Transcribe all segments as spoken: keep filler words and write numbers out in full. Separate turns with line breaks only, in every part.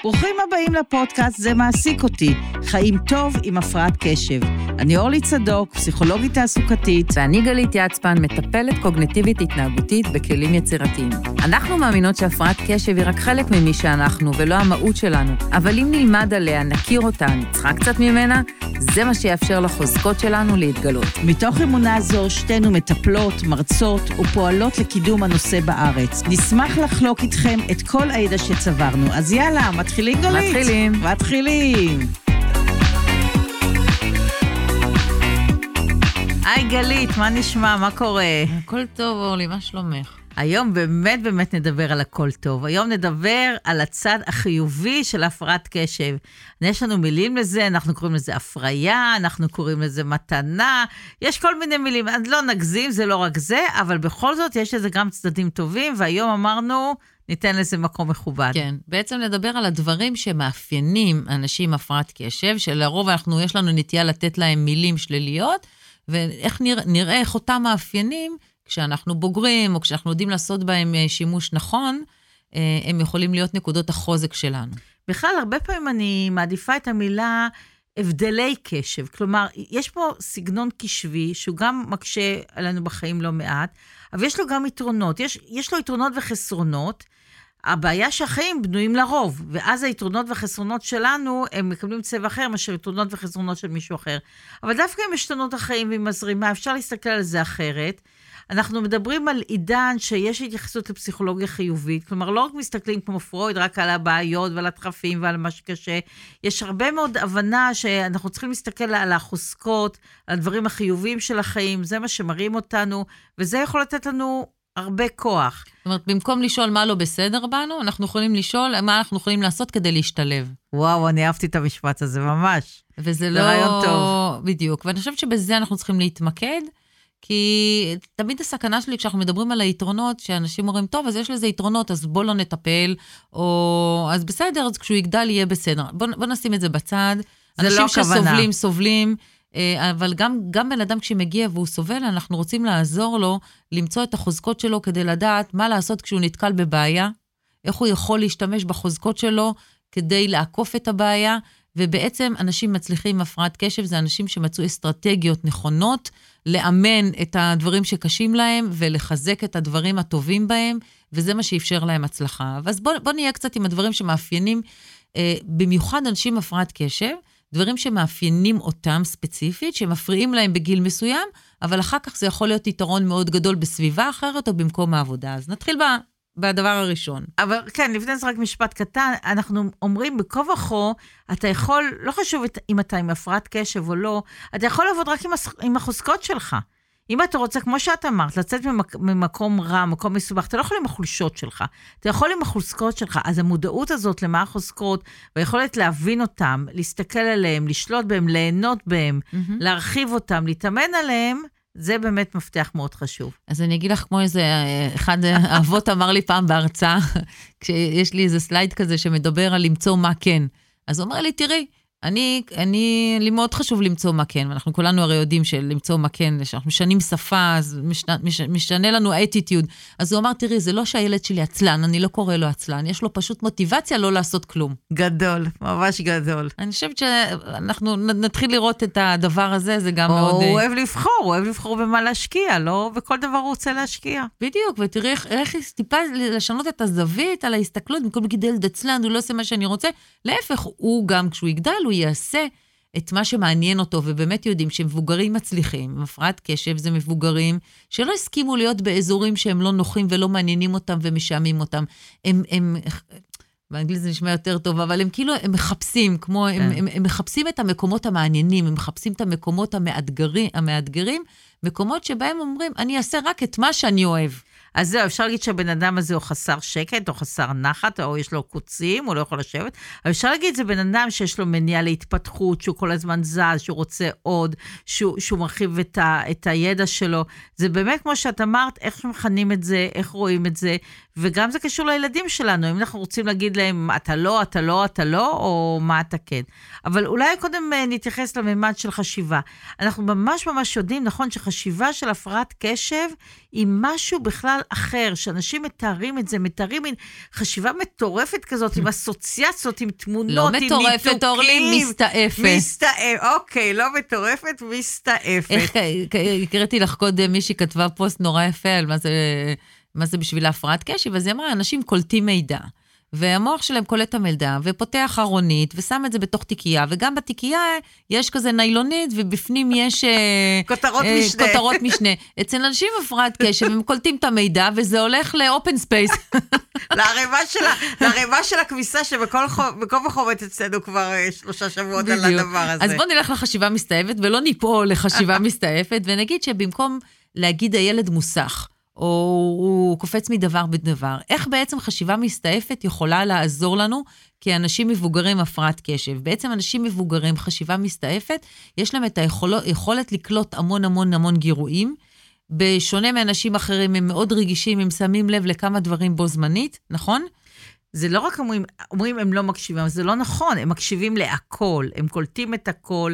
ברוכים הבאים לפודקאסט זה מעסיק אותי, חיים טוב עם הפרעת קשב. אני אורלי צדוק, פסיכולוגית תעסוקתית.
ואני גלית יצפן, מטפלת קוגניטיבית התנהגותית בכלים יצירתיים. אנחנו מאמינות שהפרעת קשב היא רק חלק ממי שאנחנו ולא המהות שלנו, אבל אם נלמד עליה, נכיר אותה, נצחק קצת ממנה, זה מה שיאפשר לחוזקות שלנו להתגלות.
מתוך אמונה זו, שתינו מטפלות, מרצות ופועלות לקידום הנושא בארץ. נשמח לחלוק איתכם את כל הידע שצברנו. אז יאללה, מתחילים גלית?
מתחילים.
מתחילים. היי גלית, מה נשמע? מה קורה?
הכל טוב, אורלי, מה שלומך?
היום באמת באמת נדבר על הכל טוב. היום נדבר על הצד החיובי של הפרעת קשב. יש לנו מילים לזה, אנחנו קוראים לזה הפריה, אנחנו קוראים לזה מתנה, יש כל מיני מילים, אז לא נגזים, זה לא רק זה, אבל בכל זאת יש לזה גם צדדים טובים, והיום אמרנו, ניתן לזה מקום מכובד.
כן, בעצם לדבר על הדברים שמאפיינים אנשים עם הפרעת קשב, שלרוב אנחנו, יש לנו נטייה לתת להם מילים שליליות, ואיך נראה, נראה איך אותם מאפיינים, כשאנחנו בוגרים, או כשאנחנו יודעים לעשות בהם שימוש נכון, הם יכולים להיות נקודות החוזק שלנו.
בכלל, הרבה פעמים אני מעדיפה את המילה הבדלי קשב. כלומר, יש פה סגנון קשבי, שהוא גם מקשה עלינו בחיים לא מעט, אבל יש לו גם יתרונות. יש, יש לו יתרונות וחסרונות. הבעיה שהחיים בנויים לרוב, ואז היתרונות והחסרונות שלנו, הם מקבלים צבע אחר, מאשר יתרונות וחסרונות של מישהו אחר. אבל דווקא עם השתנות החיים ועם הזרימה, אפשר להסתכל על זה אחרת. אנחנו מדברים על עידן שיש התייחסות לפסיכולוגיה חיובית, כלומר לא רק מסתכלים כמו פרויד, רק על הבעיות ועל הדחפים ועל מה שקשה, יש הרבה מאוד הבנה שאנחנו צריכים להסתכל על החוזקות, על הדברים החיוביים של החיים, זה מה שמראים אותנו, וזה יכול לתת לנו הרבה כוח.
זאת אומרת, במקום לשאול מה לא בסדר בנו, אנחנו יכולים לשאול מה אנחנו יכולים לעשות כדי להשתלב.
וואו, אני אהבתי את המשפט הזה ממש.
וזה לא... רעיון טוב. בדיוק, ואני חושבת שבזה אנחנו צריכים להתמקד, כי תמיד הסכנה שלי כשאנחנו מדברים על היתרונות, שאנשים אומרים, טוב, אז יש לזה יתרונות, אז בוא לא נטפל, או אז בסדר, אז כשהוא יגדל יהיה בסדר. בוא, בוא נשים את זה בצד. אנשים לא שסובלים, כוונה. סובלים, אבל גם, גם בן אדם כשמגיע והוא סובל, אנחנו רוצים לעזור לו, למצוא את החוזקות שלו, כדי לדעת מה לעשות כשהוא נתקל בבעיה, איך הוא יכול להשתמש בחוזקות שלו, כדי לעקוף את הבעיה, ובעצם אנשים מצליחים עם הפרעת קשב, זה אנשים שמצאו אסטרטגיות נכונות, לאמן את הדברים שקשים להם, ולחזק את הדברים הטובים בהם, וזה מה שאפשר להם הצלחה. אז בוא, בוא נהיה קצת עם הדברים שמאפיינים, אה, במיוחד אנשים עם הפרעת קשב, דברים שמאפיינים אותם ספציפית, שמפריעים להם בגיל מסוים, אבל אחר כך זה יכול להיות יתרון מאוד גדול בסביבה אחרת, או במקום העבודה. אז נתחיל ב... בדבר הראשון.
אבל כן, לפני זה רק משפט קטן, אנחנו אומרים בכה וכה, אתה יכול, לא חשוב אם אתה עם הפרעת קשב או לא, אתה יכול לעבוד רק עם, עם החוזקות שלך. אם אתה רוצה, כמו שאת אמרת, לצאת ממק, ממקום רע, מקום מסובך, אתה לא יכול עם החולשות שלך, אתה יכול עם החוזקות שלך, אז המודעות הזאת למה החוזקות, והיכולת להבין אותם, להסתכל עליהם, לשלוט בהם, ליהנות בהם, mm-hmm. להרחיב אותם, להתאמן עליהם, זה באמת מפתח מאוד חשוב.
אז אני אגיד לך כמו איזה, אחד האבות אמר לי פעם בהרצאה, כשיש לי איזה סלייד כזה שמדבר על למצוא מה כן. אז הוא אומר לי, תראי, אני, אני, לי מאוד חשוב למצוא מה כן, ואנחנו כולנו הרי יודעים שלמצוא מה כן, שאנחנו משנים שפה, אז משנה, מש, משנה לנו האטיטיוד. אז הוא אמר, תראי, זה לא שהילד שלי עצלן, אני לא קורא לו עצלן, יש לו פשוט מוטיבציה לא לעשות כלום.
גדול, ממש גדול.
אני חושבת שאנחנו נתחיל לראות את הדבר הזה, זה גם
או
מאוד...
הוא אוהב לבחור, הוא אוהב לבחור במה להשקיע, לא? וכל דבר הוא רוצה להשקיע.
בדיוק, ותראי איך, איך טיפה לשנות את הזווית על ההסתכלות, במקום להגיד ילד עצלן, הוא לא עושה מה שאני רוצה, להפך, הוא גם כשהוא יגדל, הוא יעשה את מה שמעניין אותו, ובאמת יודעים שמבוגרים מצליחים, הפרעת קשב זה מבוגרים, שלא הסכימו להיות באזורים שהם לא נוחים ולא מעניינים אותם ומשעמים אותם. הם, הם, באנגלית זה נשמע יותר טוב, אבל הם כאילו, הם מחפשים, כמו, כן. הם, הם, הם מחפשים את המקומות המעניינים, הם מחפשים את המקומות המאתגרים, המאתגרים, מקומות שבהם אומרים, אני אעשה רק את מה שאני אוהב.
אז זהו, אפשר להגיד שהבן אדם הזה הוא חסר שקט, או חסר נחת, או יש לו קוצים, הוא לא יכול לשבת. אבל אפשר להגיד, זה בן אדם שיש לו מניע להתפתחות, שהוא כל הזמן זז, שהוא רוצה עוד, שהוא, שהוא מרחיב את, ה, את הידע שלו. זה באמת, כמו שאת אמרת, איך מכנים את זה, איך רואים את זה, וגם זה קשור לילדים שלנו, אם אנחנו רוצים להגיד להם, אתה לא, אתה לא, אתה לא, או מה אתה כן. אבל אולי קודם נתייחס לממד של חשיבה. אנחנו ממש ממש יודעים, נכון, שחשיבה של הפרעת קשב, עם משהו בכלל אחר, שאנשים מתארים את זה, מתארים עם חשיבה מטורפת כזאת, עם אסוציאציות, עם תמונות,
לא
עם
מטורפת,
ניתוקים.
אורלי, מסתעפת.
מסתעפת, אוקיי, לא מטורפת, מסתעפת.
איך, הקראתי לך קודם, מישהי כתבה פוסט נורא יפה על מה זה, מה זה בשביל ההפרעת קשב, אז היא אמרה, אנשים קולטים מידע. והמוח שלהם קולט את המידע, ופותח ארונית, ושם את זה בתוך תיקייה, וגם בתיקייה יש כזה ניילונית, ובפנים יש
כותרות אה, משנה.
כותרות משנה. אצל אנשים הפרעת קשב, הם קולטים את המידע, וזה הולך לאופן ספייס.
לערבה שלה, לערבה של הכביסה, שבכל וחובת אצלנו כבר שלושה שבועות על הדבר הזה.
אז בוא נלך לחשיבה מסתעפת, ולא ניפול לחשיבה מסתעפת, ונגיד שבמקום להגיד הילד מוסך, או הוא קופץ מדבר בדבר. איך בעצם חשיבה מסתעפת יכולה לעזור לנו כאנשים מבוגרים הפרעת קשב? בעצם אנשים מבוגרים, חשיבה מסתעפת, יש להם את היכולת לקלוט המון המון המון גירויים, בשונה מאנשים אחרים, הם מאוד רגישים, הם שמים לב לכמה דברים בו זמנית, נכון?
זה לא רק אומרים, אומרים הם לא מקשיבים, אבל זה לא נכון, הם מקשיבים להכל, הם קולטים את הכל,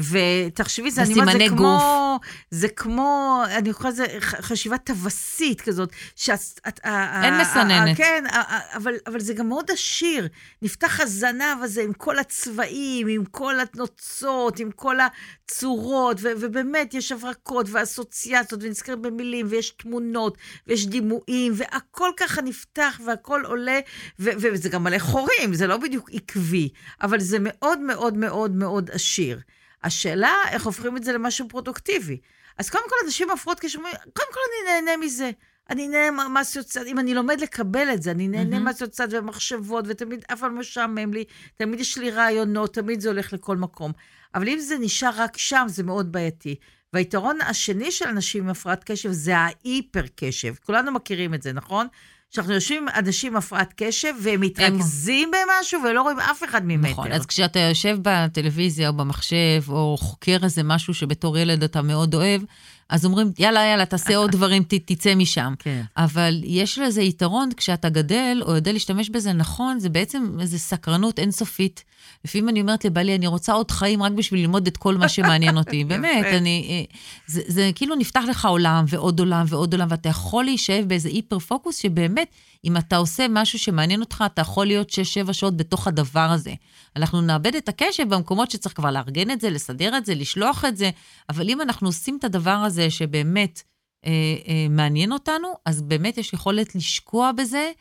ותחשבי, זה, אני אומר, זה כמו, זה כמו, אני יכולה, זה חשיבה טווסית כזאת, שאת,
אין מסננת.
כן, אבל, אבל זה גם מאוד עשיר, נפתח הזנב הזה עם כל הצבעים, עם כל הנוצות, עם כל הצורות, ו, ובאמת יש הברקות ואסוציאציות, ונזכר במילים, ויש תמונות, ויש דימויים, והכל ככה נפתח, והכל עולה, ו- וזה גם מלא חורים, זה לא בדיוק עקבי, אבל זה מאוד מאוד מאוד מאוד עשיר. השאלה, איך הופכים את זה למשהו פרודוקטיבי. אז קודם כל, אנשים הפרעות קשב, קודם כל אני נהנה מזה. אני נהנה מהסוציאציות, אם אני לומד לקבל את זה, אני נהנה mm-hmm. מהסוציאציות ומחשבות, ותמיד אף פעם משעמם לי, תמיד יש לי רעיונות, תמיד זה הולך לכל מקום. אבל אם זה נשאר רק שם, זה מאוד בעייתי. והיתרון השני של אנשים עם הפרעת קשב, זה ההיפר קשב. כולנו מכירים את זה, נכון? שאנחנו יושבים עם אנשים הפרעת קשב, והם מתרכזים במשהו, ולא רואים אף אחד ממטר.
נכון, אז כשאתה יושב בטלוויזיה, או במחשב, או חוקר איזה משהו שבתור ילד אתה מאוד אוהב, אז אומרים, יאללה, יאללה, תעשה עוד דברים, תצא משם. כן. אבל יש לזה יתרון, כשאתה גדל, או יודע להשתמש בזה נכון, זה בעצם איזו סקרנות אינסופית. לפעמים אני אומרת לבעלי, אני רוצה עוד חיים רק בשביל ללמוד את כל מה שמעניין אותי. באמת, אני, זה, זה כאילו נפתח לך עולם, ועוד עולם, ועוד עולם, ואתה יכול להישאב באיזה היפר פוקוס, שבאמת, אם אתה עושה משהו שמעניין אותך, אתה יכול להיות שש שבע שעות בתוך הדבר הזה. אנחנו נאבד את הקשב במקומות שצריך כבר לארגן את זה, לסדר את זה, לשלוח את זה, אבל אם אנחנו עושים את הדבר הזה שבאמת אה, אה, מעניין אותנו, אז באמת יש יכולת לשקוע בזה,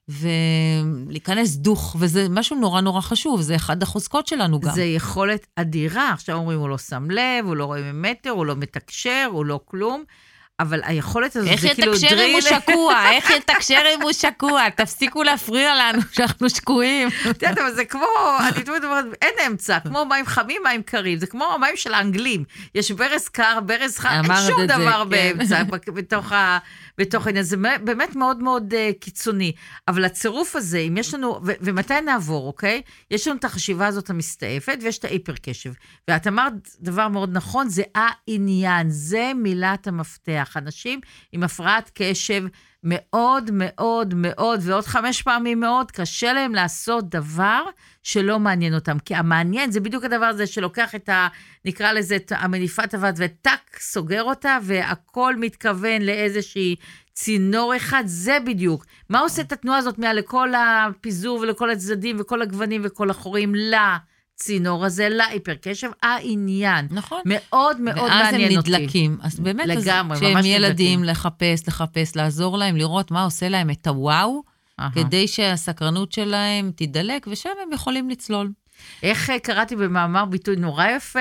ולהיכנס דוך, וזה משהו נורא נורא חשוב, זה אחד החוזקות שלנו גם.
זה יכולת אדירה, עכשיו אומרים הוא לא שם לב, הוא לא רואה ממטר, הוא לא מתקשר, הוא לא כלום, אבל היכולת הזאת זה כאילו דריל.
איך יתקשר אם הוא שקוע? איך יתקשר אם הוא שקוע? תפסיקו להפריע לנו שאנחנו שקועים.
אתה יודע, אבל זה כמו, אני תמיד אומרת, אין אמצע, כמו מים חמים, מים קרים, זה כמו המים של האנגלים. יש ברז קר, ברז חם, אין שום דבר באמצע, בתוך ה... בתוך העניין, זה באמת מאוד מאוד uh, קיצוני, אבל הצירוף הזה, אם יש לנו, ו- ומתי נעבור, אוקיי? יש לנו את החשיבה הזאת המסתעפת, ויש את ההיפר קשב, ואת אמרת דבר מאוד נכון, זה העניין, זה מילת המפתח, אנשים עם הפרעת קשב, מאוד מאוד מאוד, ועוד חמש פעמים מאוד, קשה להם לעשות דבר שלא מעניין אותם, כי המעניין זה בדיוק הדבר הזה שלוקח את ה... נקרא לזה את המניפת הוות, וטק סוגר אותה, והכל מתכוון לאיזושהי צינור אחד, זה בדיוק. מה עושה את התנועה הזאת מעל לכל הפיזור ולכל הצדדים וכל הגוונים וכל החורים לצינור הזה, להיפר קשב, העניין. נכון. מאוד מאוד מעניין אותי.
ואז הם נדלקים. אז באמת, לגמרי, שהם ילדים לחפש, לחפש, לעזור להם, לראות מה עושה להם את הוואו, כדי שהסקרנות שלהם תדלק, ושם הם יכולים לצלול.
איך קראתי במאמר ביטוי נורא יפה,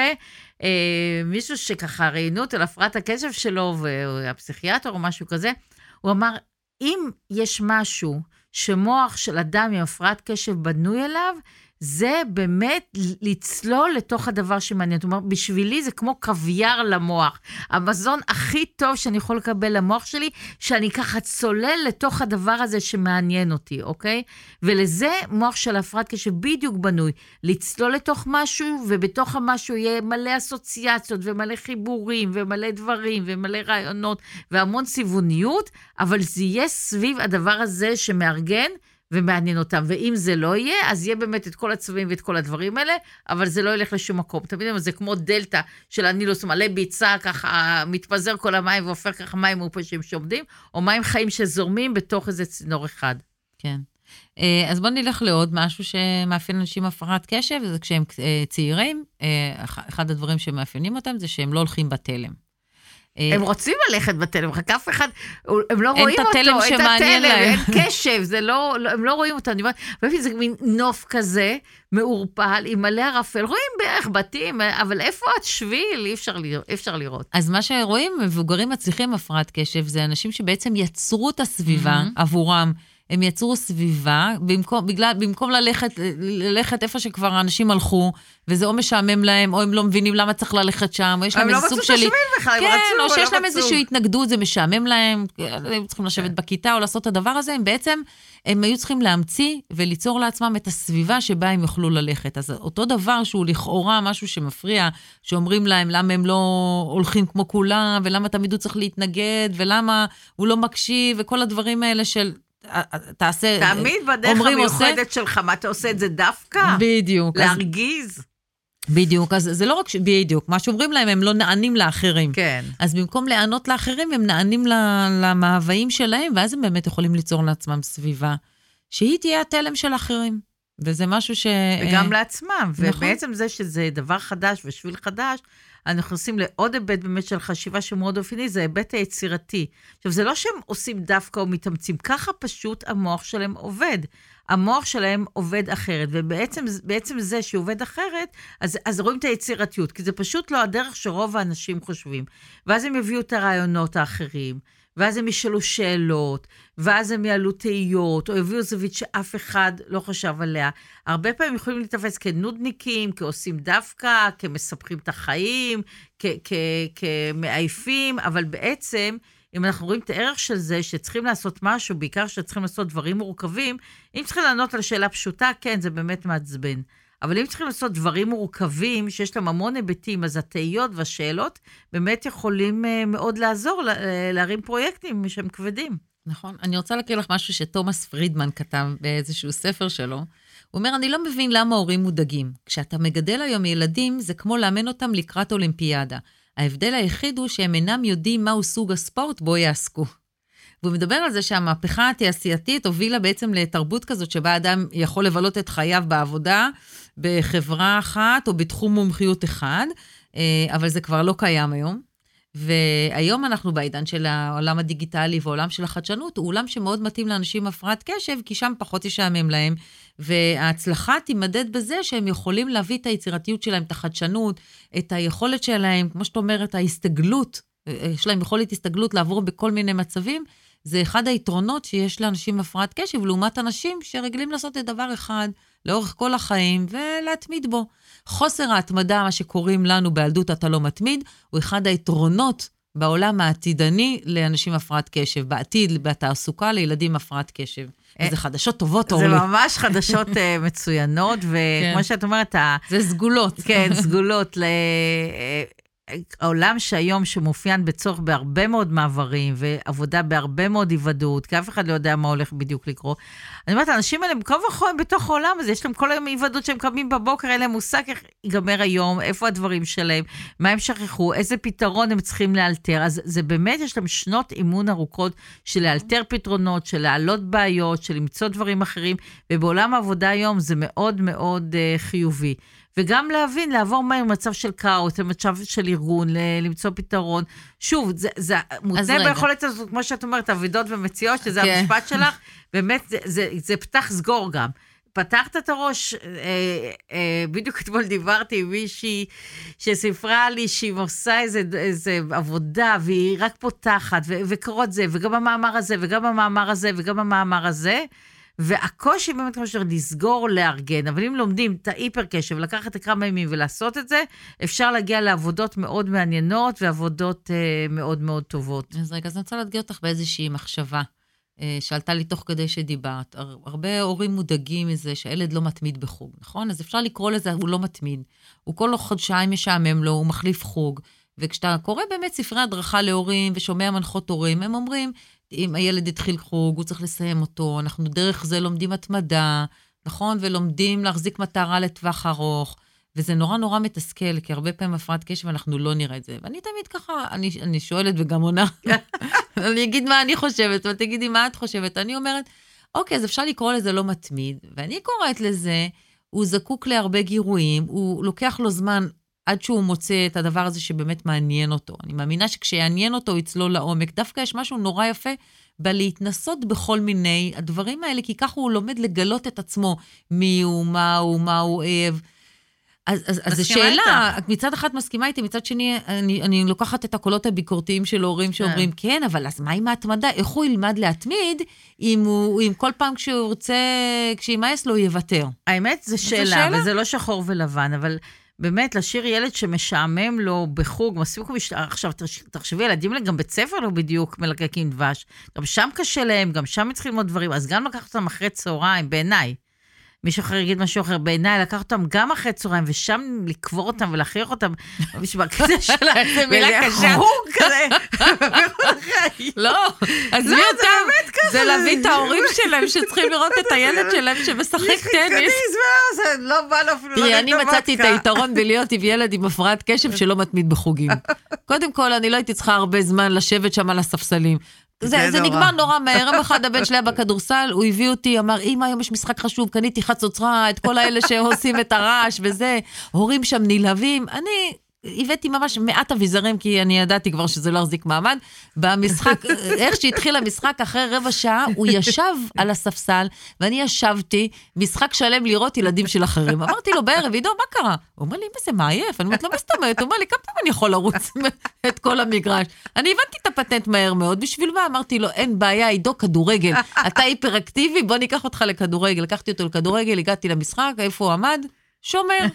אה, מישהו שככה ראיינות על הפרעת הקשב שלו, והפסיכיאטר או משהו כזה, הוא אמר, אם יש משהו שמוח של אדם עם הפרעת קשב בנוי אליו, זה באמת לצלול לתוך הדבר שמעניין. זאת אומרת, בשבילי זה כמו קוויאר למוח. המזון הכי טוב שאני יכול לקבל למוח שלי, שאני ככה צולל לתוך הדבר הזה שמעניין אותי, אוקיי? ולזה מוח של הפרעת קשב בדיוק בנוי. לצלול לתוך משהו, ובתוך המשהו יהיה מלא אסוציאציות, ומלא חיבורים, ומלא דברים, ומלא רעיונות, והמון סיווניות, אבל זה יהיה סביב הדבר הזה שמארגן, ומעניין אותם, ואם זה לא יהיה, אז יהיה באמת את כל הצבעים ואת כל הדברים האלה, אבל זה לא ילך לשום מקום. אתם יודעים, זה כמו דלטה של הנילוס, מלא ביצה, ככה מתפזר כל המים, והופך ככה מים מעופשים שעומדים, או מים חיים שזורמים בתוך איזה צינור אחד.
כן. אז בואו נלך לעוד משהו שמאפיין אנשים הפרעת קשב, זה כשהם צעירים, אחד הדברים שמאפיינים אותם, זה שהם לא הולכים בתלם.
הם רוצים ללכת בתלם, רק אף אחד, הם לא רואים אותו,
את התלם שמעניין להם.
אין קשב, זה לא, הם לא רואים אותו, אני אומרת, זה מין נוף כזה, מעורפל, עם מלא ערפל, רואים בערך בתים, אבל איפה את שביל? אי אפשר, אפשר לראות.
אז מה שרואים, מבוגרים מצליחים הפרעת קשב, זה אנשים שבעצם יצרו את הסביבה עבורם, הם יצרו סביבה, במקום, בגלל, במקום ללכת, ללכת איפה שכבר האנשים הלכו, וזה או משעמם להם, או הם לא מבינים למה צריך ללכת שם, או יש להם איזה סוג שלי...
הם לא מצאו את השביל בכלל,
כן,
הם רצו,
או שיש
לא
להם איזושהי התנגדות, זה משעמם להם, הם צריכים לשבת כן. בכיתה, או לעשות את הדבר הזה, הם בעצם, הם היו צריכים להמציא, וליצור לעצמם את הסביבה שבה הם יוכלו ללכת. אז אותו דבר שהוא לכאורה משהו שמפריע, שאומרים להם למה הם לא הולכים כמו כולם, ולמה תמיד הוא צריך להתנגד, ולמה הוא לא מקשיב, וכל הדברים האלה של... תעשה,
תמיד בדרך המיוחדת שלך, מה אתה עושה את זה דווקא?
בדיוק.
להרגיז?
בדיוק, אז זה לא רק ש... בדיוק, מה שאומרים להם, הם לא נענים לאחרים.
כן.
אז במקום לענות לאחרים, הם נענים למאוויים שלהם, ואז הם באמת יכולים ליצור לעצמם סביבה, שהיא תהיה התלם של אחרים. וזה משהו ש...
וגם לעצמם, ובעצם זה שזה דבר חדש ושביל חדש, אנחנו עושים לעוד היבט באמת של חשיבה שמאוד אופייני, זה היבט היצירתי. עכשיו, זה לא שהם עושים דווקא או מתאמצים, ככה פשוט המוח שלהם עובד. המוח שלהם עובד אחרת, ובעצם בעצם זה שעובד אחרת, אז, אז רואים את היצירתיות, כי זה פשוט לא הדרך שרוב האנשים חושבים. ואז הם יביאו את הרעיונות האחרים, ואז הם ישאלו שאלות, ואז הם יעלו תהיות, או יביאו זווית שאף אחד לא חשב עליה. הרבה פעמים יכולים להתאפס כנודניקים, כעושים דווקא, כמספחים את החיים, כמעייפים, אבל בעצם, אם אנחנו רואים את הערך של זה, שצריכים לעשות משהו, בעיקר שצריכים לעשות דברים מורכבים, אם צריכים לענות על שאלה פשוטה, כן, זה באמת מעצבן. אבל אם צריכים לעשות דברים מורכבים, שיש להם המון היבטים, אז התהיות והשאלות באמת יכולים מאוד לעזור להרים פרויקטים שהם כבדים.
נכון. אני רוצה להקריא לך משהו שתומאס פרידמן כתב באיזשהו ספר שלו. הוא אומר, אני לא מבין למה הורים מודאגים. כשאתה מגדל היום ילדים, זה כמו לאמן אותם לקראת אולימפיאדה. ההבדל היחיד הוא שהם אינם יודעים מהו סוג הספורט בו יעסקו. והוא מדבר על זה שהמהפכה התעשייתית הובילה בעצם לתרבות כזאת שבה אדם יכול לבלות את חייו בעבודה בחברה אחת או בתחום מומחיות אחד, אבל זה כבר לא קיים היום. והיום אנחנו בעידן של העולם הדיגיטלי והעולם של החדשנות, הוא עולם שמאוד מתאים לאנשים הפרעת קשב, כי שם פחות ישעמם להם, וההצלחה תימדד בזה שהם יכולים להביא את היצירתיות שלהם, את החדשנות, את היכולת שלהם, כמו שאת אומרת, ההסתגלות, יש להם יכולת הסתגלות לעבור בכל מיני מצבים, זה אחד היתרונות שיש לאנשים הפרעת קשב, לעומת אנשים שרגלים לעשות את דבר אחד, לאורך כל החיים, ולהתמיד בו. חוסר ההתמדה, מה שקוראים לנו בילדות אתה לא מתמיד, הוא אחד היתרונות בעולם העתידני לאנשים הפרעת קשב, בעתיד, בתעסוקה לילדים הפרעת קשב. וזה חדשות טובות,
אורלי. זה ממש חדשות מצוינות, וכמו שאת אומרת,
זה סגולות.
כן, סגולות. העולם שהיום שמופיין בצורך בהרבה מאוד מעברים, ועבודה בהרבה מאוד היוודעות, כי אף אחד לא יודע מה הולך בדיוק לקרוא. אני אומרת, האנשים האלה, במקום וכל בתוך העולם הזה, יש להם כל היום היוודעות שהם קמים בבוקר, אין להם מושג איך ייגמר היום, איפה הדברים שלהם, מה הם שכחו, איזה פתרון הם צריכים לאלתר. אז זה באמת, יש להם שנות אימון ארוכות של לאלתר פתרונות, של להעלות בעיות, של למצוא דברים אחרים, ובעולם העבודה היום זה מאוד מאוד uh, חיובי. וגם להבין, לעבור מהר מצב של כאוס, מצב של ארגון, למצוא פתרון. שוב, זה, זה מותנה ביכולת הזאת, כמו שאת אומרת, עבידות ומציאות, שזה okay. המשפט שלך, באמת, זה, זה, זה פתח סגור גם. פתחת את הראש, אה, אה, בדיוק אתמול דיברתי עם מישהי, שסיפרה לי שהיא עושה איזה, איזה עבודה, והיא רק פותחת, ו- וקוראת זה, וגם המאמר הזה, וגם המאמר הזה, וגם המאמר הזה, והקושי באמת כמו שאומר, לסגור, לארגן, אבל אם לומדים את ההיפר קשב, לקחת כמה ימים ולעשות את זה, אפשר להגיע לעבודות מאוד מעניינות, ועבודות אה, מאוד מאוד טובות.
אז רגע, אז אני רוצה להדגיר אותך באיזושהי מחשבה, אה, שעלתה לי תוך כדי שדיברת. הרבה הורים מודאגים מזה שהילד לא מתמיד בחוג, נכון? אז אפשר לקרוא לזה, הוא לא מתמיד. הוא כל חודשיים משעמם לו, הוא מחליף חוג, וכשאתה קורא באמת ספרי הדרכה להורים, ושומע מנחות הורים, הם אומרים, אם הילד התחיל חוג, הוא צריך לסיים אותו, אנחנו דרך זה לומדים התמדה, נכון? ולומדים להחזיק מטרה לטווח ארוך, וזה נורא נורא מתסכל, כי הרבה פעמים הפרעת קשב אנחנו לא נראה את זה. ואני תמיד ככה, אני, אני שואלת וגם עונה, אני אגיד מה אני חושבת, ותגידי מה את חושבת. אני אומרת, אוקיי, אז אפשר לקרוא לזה לא מתמיד, ואני קוראת לזה, הוא זקוק להרבה גירויים, הוא לוקח לו זמן עד שהוא מוצא את הדבר הזה שבאמת מעניין אותו. אני מאמינה שכשיעניין אותו, הוא יצלול לעומק. דווקא יש משהו נורא יפה בלהתנסות בכל מיני הדברים האלה, כי ככה הוא לומד לגלות את עצמו, מי הוא, מה הוא, מה הוא אוהב. אז, אז, אז זו שאלה, את מצד אחד מסכימה איתי, מצד שני, אני, אני לוקחת את הקולות הביקורתיים של הורים שאומרים, כן, אבל אז מה עם ההתמדה? איך הוא ילמד להתמיד, אם, הוא, אם כל פעם כשהוא רוצה, כשימאס לו, הוא יוותר?
האמת, זו שאלה, וזה לא שחור ולבן, אבל באמת, לשיר ילד שמשעמם לו בחוג, מספיק הוא משתעמם, עכשיו, תחשבי, ילדים גם בית ספר לא בדיוק מלקקים דבש, גם שם קשה להם, גם שם צריכים ללמוד דברים, אז גם לקחת אותם אחרי צהריים, בעיניי. מישהו אחר יגיד משהו אחר, בעיניי, לקח אותם גם אחרי צהריים, ושם לקבור אותם ולהכריח אותם, בשביל כזה שלהם,
זה מילה קשה.
חוג כזה.
לא, אז מי אותם? זה להביא את ההורים שלהם, שצריכים לראות את הילד שלהם שמשחק טניס.
זה לא בא לו אפילו.
תראי, אני מצאתי את היתרון בלהיות עם ילד עם הפרעת קשב שלא מתמיד בחוגים. קודם כל, אני לא הייתי צריכה הרבה זמן לשבת שם על הספסלים. זה, זה נגמר נורא מהר. יום אחד הבן שלי בכדורסל, הוא הביא אותי, אמר, אמא, היום יש משחק חשוב, קניתי חצוצרה, את כל האלה שעושים את הרעש וזה, הורים שם נלהבים. אני הבאתי ממש מעט אביזרים, כי אני ידעתי כבר שזה לא החזיק מעמד. במשחק, איך שהתחיל המשחק, אחרי רבע שעה, הוא ישב על הספסל, ואני ישבתי, משחק שלם לראות ילדים של אחרים. אמרתי לו בערב, עידו, מה קרה? הוא אומר לי, מה זה מעייף? אני אומרת לו, מה זאת אומרת? הוא אומר לי, כמה פעם אני יכול לרוץ את כל המגרש? אני הבנתי את הפטנט מהר מאוד, בשביל מה? אמרתי לו, אין בעיה, עידו, כדורגל. אתה היפראקטיבי, בוא ניקח אותך לכדורגל. לקחתי אותו לכדורגל, הגעתי למשחק, איפה הוא עמד? שומר.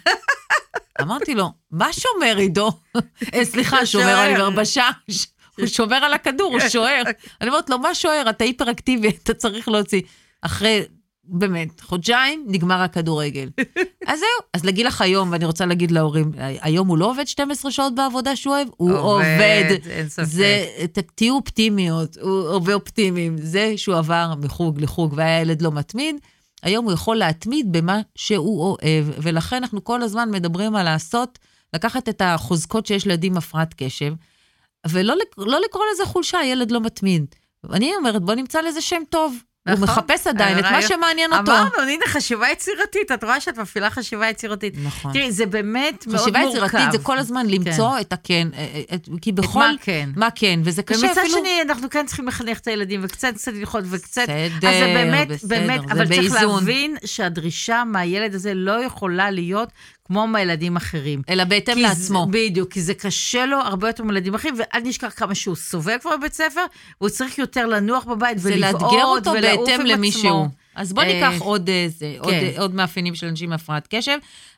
אמרתי לו, מה שומר עידו? סליחה, שומר, אני אומר, בשעה, הוא שומר על הכדור, הוא שוער. אני אומרת לו, מה שוער? אתה היפראקטיבי, אתה צריך להוציא. אחרי, באמת, חודשיים, נגמר הכדורגל. אז זהו, אז לגיל לך היום, ואני רוצה להגיד להורים, היום הוא לא עובד שתים עשרה שעות בעבודה שהוא אוהב? הוא עובד.
אין ספק.
תהיו אופטימיות, ואופטימיים. זה שהוא עבר מחוג לחוג, והיה ילד לא מתמיד, היום הוא יכול להתמיד במה שהוא אוהב, ולכן אנחנו כל הזמן מדברים על לעשות, לקחת את החוזקות שיש לילדים הפרעת קשב, ולא לא לקרוא לזה חולשה, ילד לא מתמיד. אני אומרת, בוא נמצא לזה שם טוב. הוא מחפש עדיין את מה שמעניין אותו.
אמרנו, הנה חשיבה יצירתית, את רואה שאת מפעילה חשיבה יצירתית.
נכון.
תראי, זה באמת מאוד מורכב.
חשיבה יצירתית זה כל הזמן למצוא את הכן, כי בכל...
מה כן.
מה כן, וזה קשה אפילו...
ומצד שני, אנחנו כאן צריכים לחנך את הילדים, וקצת קצת ללחוץ, וקצת...
בסדר,
אז זה באמת, באמת, אבל צריך
באיזון.
להבין שהדרישה מהילד הזה לא יכולה להיות כמו מהילדים אחרים.
אלא בהתאם לעצמו.
בדיוק, כי זה קשה לו הרבה יותר מילדים אחרים, ואל נשכח כמה שהוא סובל כבר בבית ספר, והוא צריך יותר לנוח בבית ולבעוד ולעוף עם עצמו.
אז בוא ניקח עוד, עוד, עוד מאפיינים של אנשים מהפרעת קשב.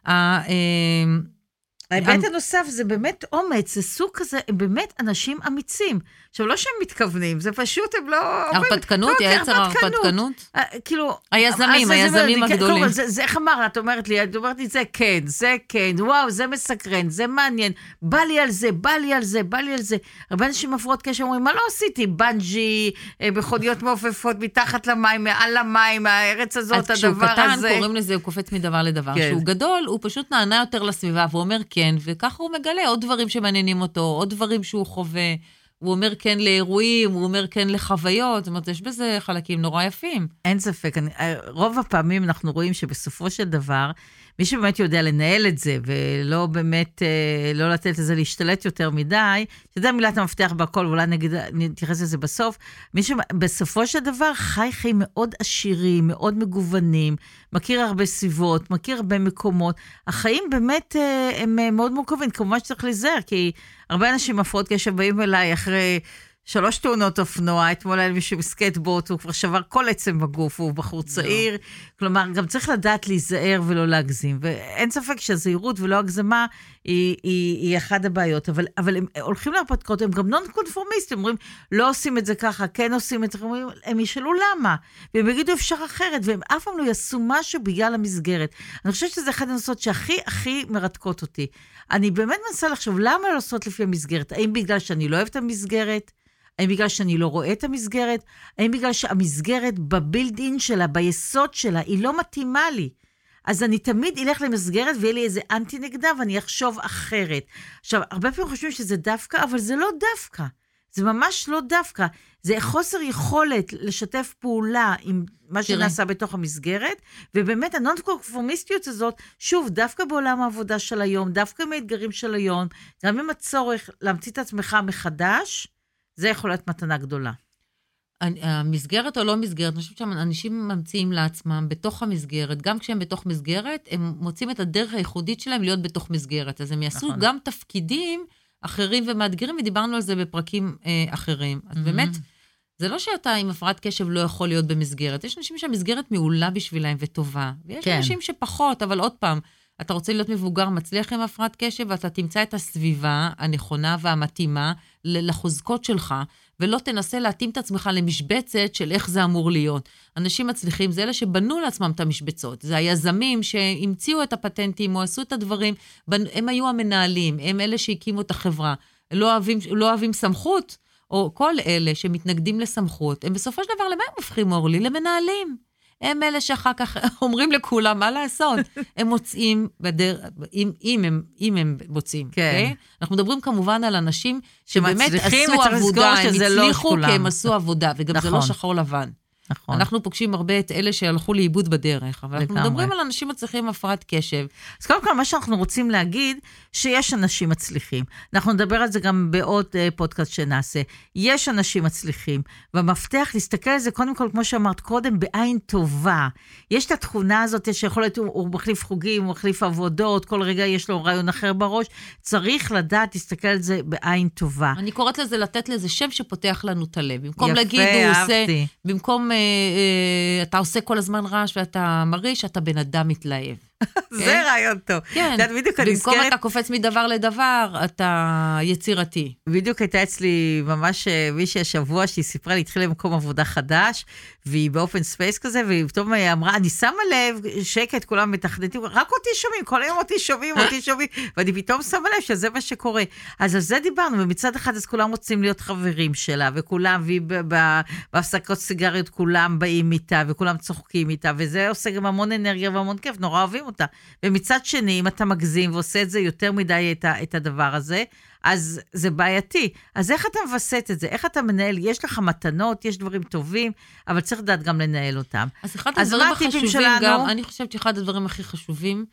ההיבט הנוסף זה באמת אומץ, זה סוג כזה, הם באמת אנשים אמיצים. עכשיו, לא שהם מתכוונים, זה פשוט, הם לא...
הרפתקנות, יצר הרפתקנות?
כאילו...
היזמים, היזמים הגדולים.
זה איך אמר, את אומרת לי, את אומרת לי, זה כן, זה כן, וואו, זה מסקרן, זה מעניין, בא לי על זה, בא לי על זה, בא לי על זה. הרבה אנשים מפרעות קשב אומרים, מה לא עשיתי? בנג'י, מכוניות מעופפות מתחת למים, מעל המים, הארץ הזאת, הדבר הזה.
אז כשהוא קטן, קוראים לזה, הוא קופץ מדבר לדבר. כשהוא גדול, הוא פשוט נענה יותר לסביבה, והוא אומר כן, וככה הוא מגלה עוד דברים שמעניינים אותו, עוד דברים שהוא חווה. הוא אומר כן לאירועים, הוא אומר כן לחוויות, זאת אומרת, יש בזה חלקים נורא יפים.
אין ספק, אני, רוב הפעמים אנחנו רואים שבסופו של דבר, מי שבאמת יודע לנהל את זה, ולא באמת, לא לתת לזה להשתלט יותר מדי, שזה מילת המפתח בכל, ואולי נגיד, נתייחס לזה בסוף, מי שבסופו של דבר חי חיים מאוד עשירים, מאוד מגוונים, מכיר הרבה סביבות, מכיר הרבה מקומות, החיים באמת הם מאוד מורכבים, כמובן שצריך להיזהר, כי הרבה אנשים מהפרעות קשב באים אליי אחרי שלוש תאונות אופנוע, אתמול היה מישהו בסקייטבורד, הוא כבר שבר כל עצם בגוף, הוא בחור צעיר, כלומר, גם צריך לדעת להיזהר ולא להגזים, ואין ספק שהזהירות ולא הגזמה היא, היא, היא אחד הבעיות, אבל, אבל הם הולכים להרפתקאות, הם גם נון קונפורמיסטים, אומרים, לא עושים את זה ככה, כן עושים את זה, הם, הם ישאלו למה, והם יגידו אפשר אחרת, והם אף פעם לא יעשו משהו בגלל המסגרת. אני חושבת שזה אחד הנושאות שהכי הכי מרתקות אותי. אני באמת מנסה לחשוב, למה לא לעשות לפי המסגרת? האם בגלל שאני לא אוהבת את המסגרת? האם בגלל שאני לא רואה את המסגרת? האם בגלל שהמסגרת בבילד-אין שלה, ביסוד שלה, היא לא מתאימה לי? אז אני תמיד אלך למסגרת ויהיה לי איזה אנטי נגדה, ואני אחשוב אחרת. עכשיו, הרבה פעמים חושבים שזה דווקא, אבל זה לא דווקא. זה ממש לא דווקא. זה חוסר יכולת לשתף פעולה עם מה שנעשה בתוך המסגרת, ובאמת הנון-קונפורמיסטיות הזאת, שוב, דווקא בעולם העבודה של היום, דווקא עם האתגרים של היום, גם עם הצורך להמציא את עצמך מחדש, זה יכול להיות מתנה גדולה.
המסגרת או לא מסגרת, אני חושבת שאנשים ממציאים לעצמם בתוך המסגרת, גם כשהם בתוך מסגרת, הם מוצאים את הדרך הייחודית שלהם להיות בתוך מסגרת, אז הם יעשו נכון. גם תפקידים אחרים ומאתגרים, ודיברנו על זה בפרקים אה, אחרים. אז mm-hmm. באמת, זה לא שאתה עם הפרעת קשב לא יכול להיות במסגרת, יש אנשים שהמסגרת מעולה בשבילהם וטובה, ויש כן. אנשים שפחות, אבל עוד פעם, אתה רוצה להיות מבוגר, מצליח עם הפרעת קשב, ואתה תמצא את הסביבה הנכונה והמתאימה לחוזקות שלך, ולא תנסה להתאים את עצמך למשבצת של איך זה אמור להיות. אנשים מצליחים, זה אלה שבנו לעצמם את המשבצות. זה היזמים שהמציאו את הפטנטים, או עשו את הדברים, הם היו המנהלים, הם אלה שהקימו את החברה. לא אוהבים, לא אוהבים סמכות, או כל אלה שמתנגדים לסמכות, הם בסופו של דבר, למה הם הופכים, אורלי? למנהלים. הם אלה שאחר כך אומרים לכולם מה לעשות. הם מוצאים, בדר... אם, אם, הם, אם הם מוצאים.
כן.
Okay? אנחנו מדברים כמובן על אנשים שבאמת עשו
עבודה,
הם הצליחו לא כי הם עשו עבודה, וגם נכון. זה לא שחור לבן.
נכון.
אנחנו פוגשים הרבה את אלה שהלכו לאיבוד בדרך, אבל אנחנו מדברים על אנשים מצליחים הפרעת קשב.
אז קודם כל, מה שאנחנו רוצים להגיד, שיש אנשים מצליחים. אנחנו נדבר על זה גם בעוד פודקאסט שנעשה. יש אנשים מצליחים, והמפתח להסתכל על זה, קודם כל, כמו שאמרת קודם, בעין טובה. יש את התכונה הזאת שיכול להיות, הוא מחליף חוגים, הוא מחליף עבודות, כל רגע יש לו רעיון אחר בראש. צריך לדעת, להסתכל על זה בעין טובה.
אני קוראת לזה, לתת לזה שם שפותח לנו את הלב. במקום להגיד, הוא עושה, במקום אתה עושה כל הזמן רעש ואתה מריש, אתה בן אדם מתלהב.
זה רעיון טוב.
כן, במקום אתה קופץ מדבר לדבר, אתה יצירתי.
בדיוק הייתה אצלי ממש מישהי השבוע שהיא סיפרה לי, התחילה במקום עבודה חדש, והיא באופן ספייס כזה, והיא פתאום אמרה, אני שמה לב, שקט, כולם מתכנתים, רק אותי שומעים, כל היום אותי שומעים, אותי שומעים, ואני פתאום שמה לב שזה מה שקורה. אז על זה דיברנו, ומצד אחד אז כולם רוצים להיות חברים שלה, וכולם, והיא בהפסקות סיגריות, כולם באים איתה, וכולם צוחקים איתה, וזה עושה גם המון אנרגיה והמון כיף, נורא אוהבים אותה. ומצד שני, אם אתה מגזים ועושה את זה יותר מדי את, ה, את הדבר הזה, אז זה בעייתי. אז איך אתה מבסט את זה? איך אתה מנהל? יש לך מתנות, יש דברים טובים, אבל צריך לדעת גם לנהל אותם.
אז אחד הדברים החשובים שלנו... גם, אני חושבת שאחד הדברים הכי חשובים,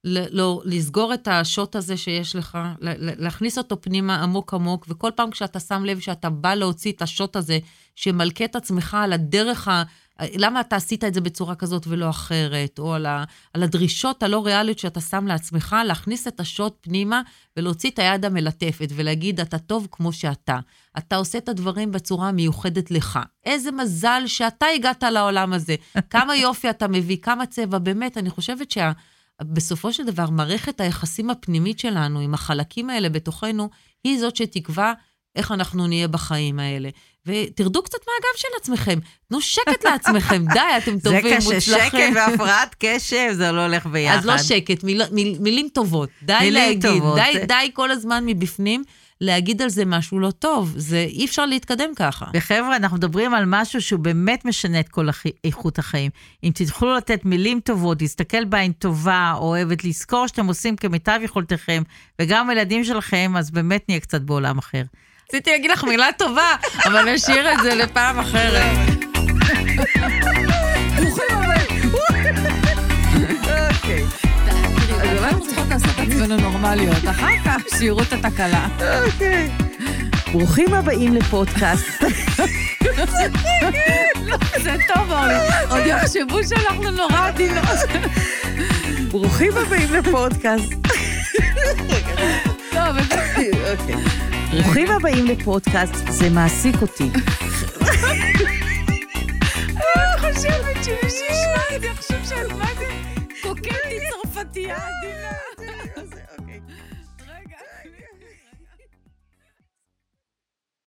לא, לסגור את השוט הזה שיש לך, להכניס אותו פנימה עמוק עמוק, וכל פעם כשאתה שם לב שאתה בא להוציא את השוט הזה, שמלכה את עצמך על הדרך ה... למה אתה עשית את זה בצורה כזאת ולא אחרת, או על, ה, על הדרישות הלא ריאליות שאתה שם לעצמך, להכניס את השוט פנימה ולהוציא את היד המלטפת ולהגיד, אתה טוב כמו שאתה. אתה עושה את הדברים בצורה מיוחדת לך. איזה מזל שאתה הגעת לעולם הזה. כמה יופי אתה מביא, כמה צבע. באמת, אני חושבת שבסופו של דבר, מערכת היחסים הפנימית שלנו עם החלקים האלה בתוכנו, היא זאת שתקבע איך אנחנו נהיה בחיים האלה. ותרדו קצת מהגב של עצמכם. תנו שקט לעצמכם. די, אתם טובים, מוצלחים.
זה קשה, שקט והפרעת קשב, זה לא הולך ביחד.
אז לא שקט, מיל, מיל, מילים טובות. די מילים להגיד, טובות. די, די כל הזמן מבפנים, להגיד על זה משהו לא טוב. זה, אי אפשר להתקדם ככה.
וחבר'ה, אנחנו מדברים על משהו שהוא באמת משנה את כל איכות החיים. אם תתחילו לתת מילים טובות, להסתכל בעין טובה, אוהבת, לזכור שאתם עושים כמיטב יכולתכם, וגם הילדים שלכם, אז באמת נהיה קצת בעולם אחר.
רציתי להגיד לך מילה טובה, אבל נשאיר את זה לפעם אחרת.
ברוכים הבאים. אוקיי.
אז אולי אנחנו צריכות לעשות את עצמנו נורמליות, אחר כך שירו את התקלה.
אוקיי. ברוכים הבאים לפודקאסט.
זה טוב, אולי. עוד יחשבו שאנחנו נורא עדינות.
ברוכים הבאים לפודקאסט.
טוב,
אוקיי. ברוכים הבאים לפודקאסט, זה מעסיק אותי.
אני חושבת שמישהו ישמע את זה, אני חושבת שאת מה זה קוקטית צרפתייה עדינה.